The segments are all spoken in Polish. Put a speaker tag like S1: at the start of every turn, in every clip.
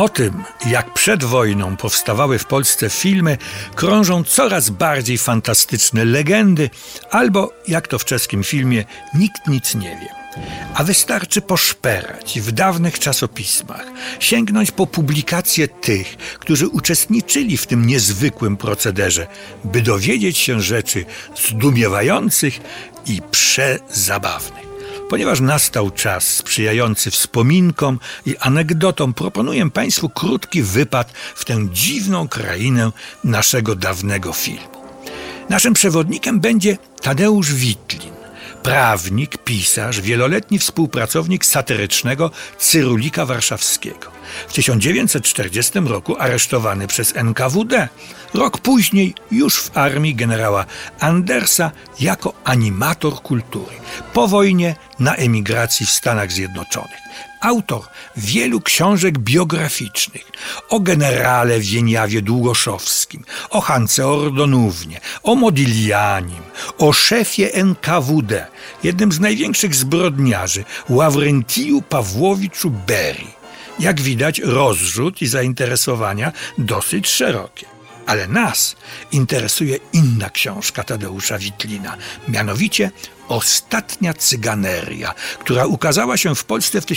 S1: O tym, jak przed wojną powstawały w Polsce filmy, krążą coraz bardziej fantastyczne legendy, albo, jak to w czeskim filmie, nikt nic nie wie. A wystarczy poszperać w dawnych czasopismach, sięgnąć po publikacje tych, którzy uczestniczyli w tym niezwykłym procederze, by dowiedzieć się rzeczy zdumiewających i przezabawnych. Ponieważ nastał czas sprzyjający wspominkom i anegdotom, proponuję Państwu krótki wypad w tę dziwną krainę naszego dawnego filmu. Naszym przewodnikiem będzie Tadeusz Witlin, prawnik, pisarz, wieloletni współpracownik satyrycznego Cyrulika Warszawskiego. W 1940 roku aresztowany przez NKWD. Rok później już w armii generała Andersa jako animator kultury. Po wojnie na emigracji w Stanach Zjednoczonych. Autor wielu książek biograficznych o generale Wieniawie Długoszowskim, o Hance Ordonównie, o Modiglianim, o szefie NKWD, jednym z największych zbrodniarzy, Ławrentiju Pawłowiczu Berii. Jak widać, rozrzut i zainteresowania dosyć szerokie. Ale nas interesuje inna książka Tadeusza Witlina, mianowicie Ostatnia cyganeria, która ukazała się w Polsce w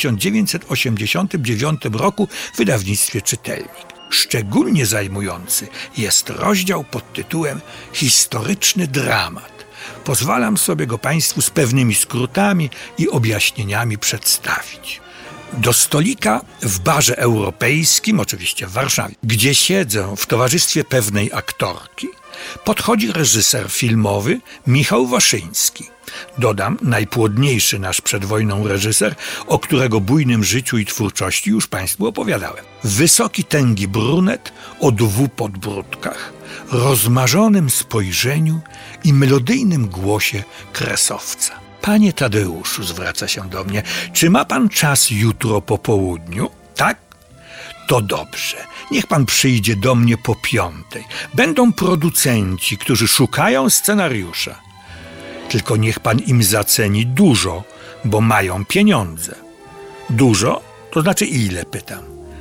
S1: 1989 roku w wydawnictwie Czytelnik. Szczególnie zajmujący jest rozdział pod tytułem Historyczny dramat. Pozwalam sobie go Państwu z pewnymi skrótami i objaśnieniami przedstawić. Do stolika w barze europejskim, oczywiście w Warszawie, gdzie siedzę w towarzystwie pewnej aktorki, podchodzi reżyser filmowy Michał Waszyński. Dodam, najpłodniejszy nasz przed wojną reżyser, o którego bujnym życiu i twórczości już Państwu opowiadałem. Wysoki, tęgi brunet o 2 podbródkach, rozmarzonym spojrzeniu i melodyjnym głosie kresowca. Panie Tadeuszu, zwraca się do mnie, czy ma pan czas jutro po południu? Tak? To dobrze. Niech pan przyjdzie do mnie po 5:00. Będą producenci, którzy szukają scenariusza. Tylko niech pan im zaceni dużo, bo mają pieniądze. Dużo? To znaczy ile, pytam.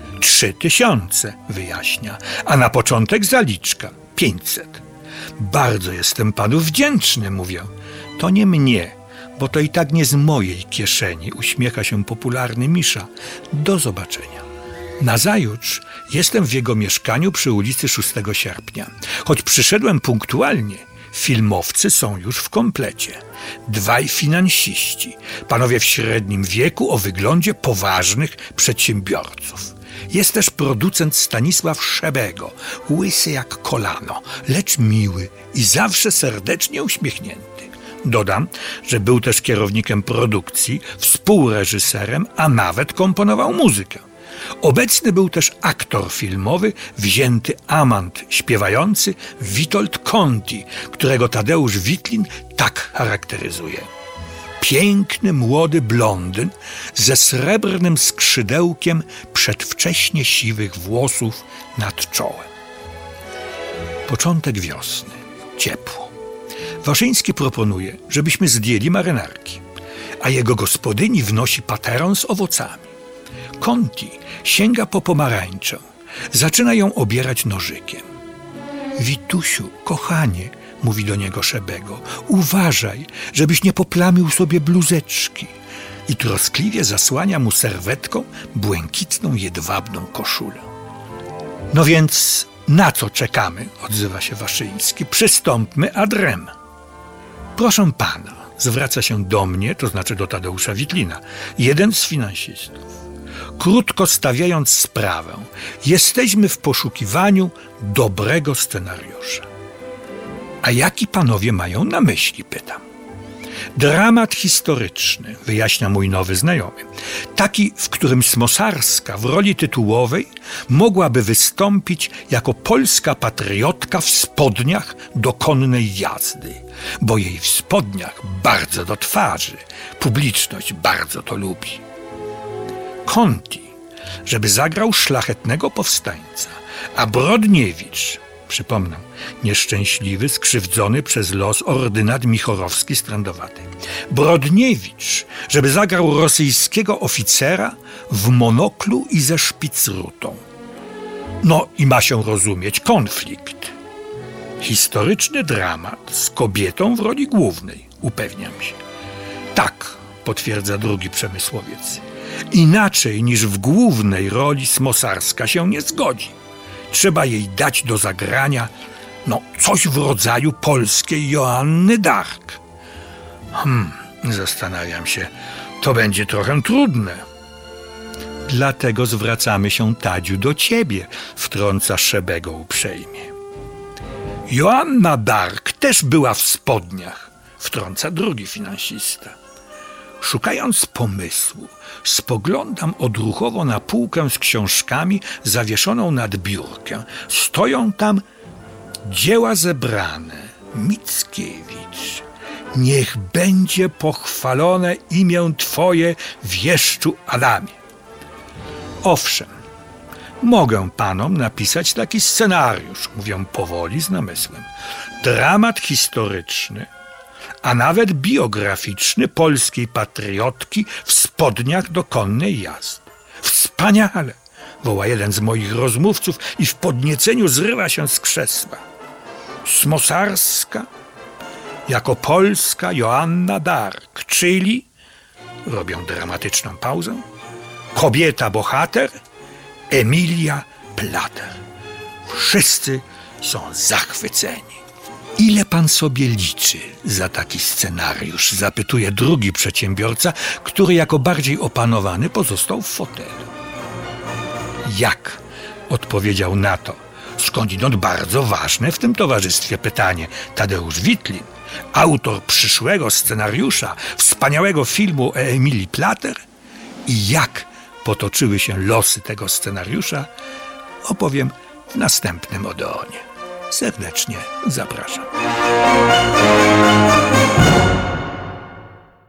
S1: 3000, wyjaśnia, a na początek zaliczka 500. Bardzo jestem panu wdzięczny, mówię. To nie mnie, bo to i tak nie z mojej kieszeni, uśmiecha się popularny Misza. Do zobaczenia. Nazajutrz jestem w jego mieszkaniu przy ulicy 6 Sierpnia. Choć przyszedłem punktualnie, filmowcy są już w komplecie. 2 finansiści, panowie w średnim wieku o wyglądzie poważnych przedsiębiorców. Jest też producent Stanisław Szebego, łysy jak kolano, lecz miły i zawsze serdecznie uśmiechnięty. Dodam, że był też kierownikiem produkcji, współreżyserem, a nawet komponował muzykę. Obecny był też aktor filmowy, wzięty amant śpiewający Witold Conti, którego Tadeusz Witlin tak charakteryzuje. Piękny, młody blondyn ze srebrnym skrzydełkiem przedwcześnie siwych włosów nad czołem. Początek wiosny. Ciepło. Waszyński proponuje, żebyśmy zdjęli marynarki, a jego gospodyni wnosi pateron z owocami. Conti sięga po pomarańczę, zaczyna ją obierać nożykiem. Witusiu, kochanie, mówi do niego Szebego, uważaj, żebyś nie poplamił sobie bluzeczki. I troskliwie zasłania mu serwetką błękitną, jedwabną koszulę. No więc na co czekamy? Odzywa się Waszyński. Przystąpmy ad rem. Proszę pana, zwraca się do mnie, to znaczy do Tadeusza Witlina, jeden z finansistów. Krótko stawiając sprawę, jesteśmy w poszukiwaniu dobrego scenariusza. A jaki panowie mają na myśli, pytam. Dramat historyczny, wyjaśnia mój nowy znajomy. Taki, w którym Smosarska w roli tytułowej mogłaby wystąpić jako polska patriotka w spodniach do konnej jazdy, bo jej w spodniach bardzo do twarzy. Publiczność bardzo to lubi. Conti, żeby zagrał szlachetnego powstańca, a Brodniewicz, przypomnę, nieszczęśliwy, skrzywdzony przez los ordynat Michorowski Strędowaty. Brodniewicz, żeby zagrał rosyjskiego oficera w monoklu i ze szpicrutą. No i ma się rozumieć konflikt. Historyczny dramat z kobietą w roli głównej, upewniam się. Tak, potwierdza drugi przemysłowiec. Inaczej niż w głównej roli Smosarska się nie zgodzi. Trzeba jej dać do zagrania coś w rodzaju polskiej Joanny d'Arc. Zastanawiam się, to będzie trochę trudne. Dlatego zwracamy się, Tadziu, do ciebie, wtrąca Szebego uprzejmie. Joanna d'Arc też była w spodniach, wtrąca drugi finansista. Szukając pomysłu, spoglądam odruchowo na półkę z książkami zawieszoną nad biurkiem. Stoją tam dzieła zebrane. Mickiewicz. Niech będzie pochwalone imię Twoje, wieszczu Adamie. Owszem, mogę panom napisać taki scenariusz, mówią powoli z namysłem. Dramat historyczny, a nawet biograficzny polskiej patriotki w spodniach do konnej jazdy. Wspaniale, woła jeden z moich rozmówców i w podnieceniu zrywa się z krzesła. Smosarska jako polska Joanna d'Arc, czyli, robią dramatyczną pauzę, kobieta bohater Emilia Plater. Wszyscy są zachwyceni. Ile pan sobie liczy za taki scenariusz? Zapytuje drugi przedsiębiorca, który jako bardziej opanowany pozostał w fotelu. Jak? Odpowiedział na to, skądinąd bardzo ważne w tym towarzystwie pytanie, Tadeusz Witlin, autor przyszłego scenariusza, wspaniałego filmu o Emilii Plater. I jak potoczyły się losy tego scenariusza, opowiem w następnym Odeonie. Serdecznie zapraszam.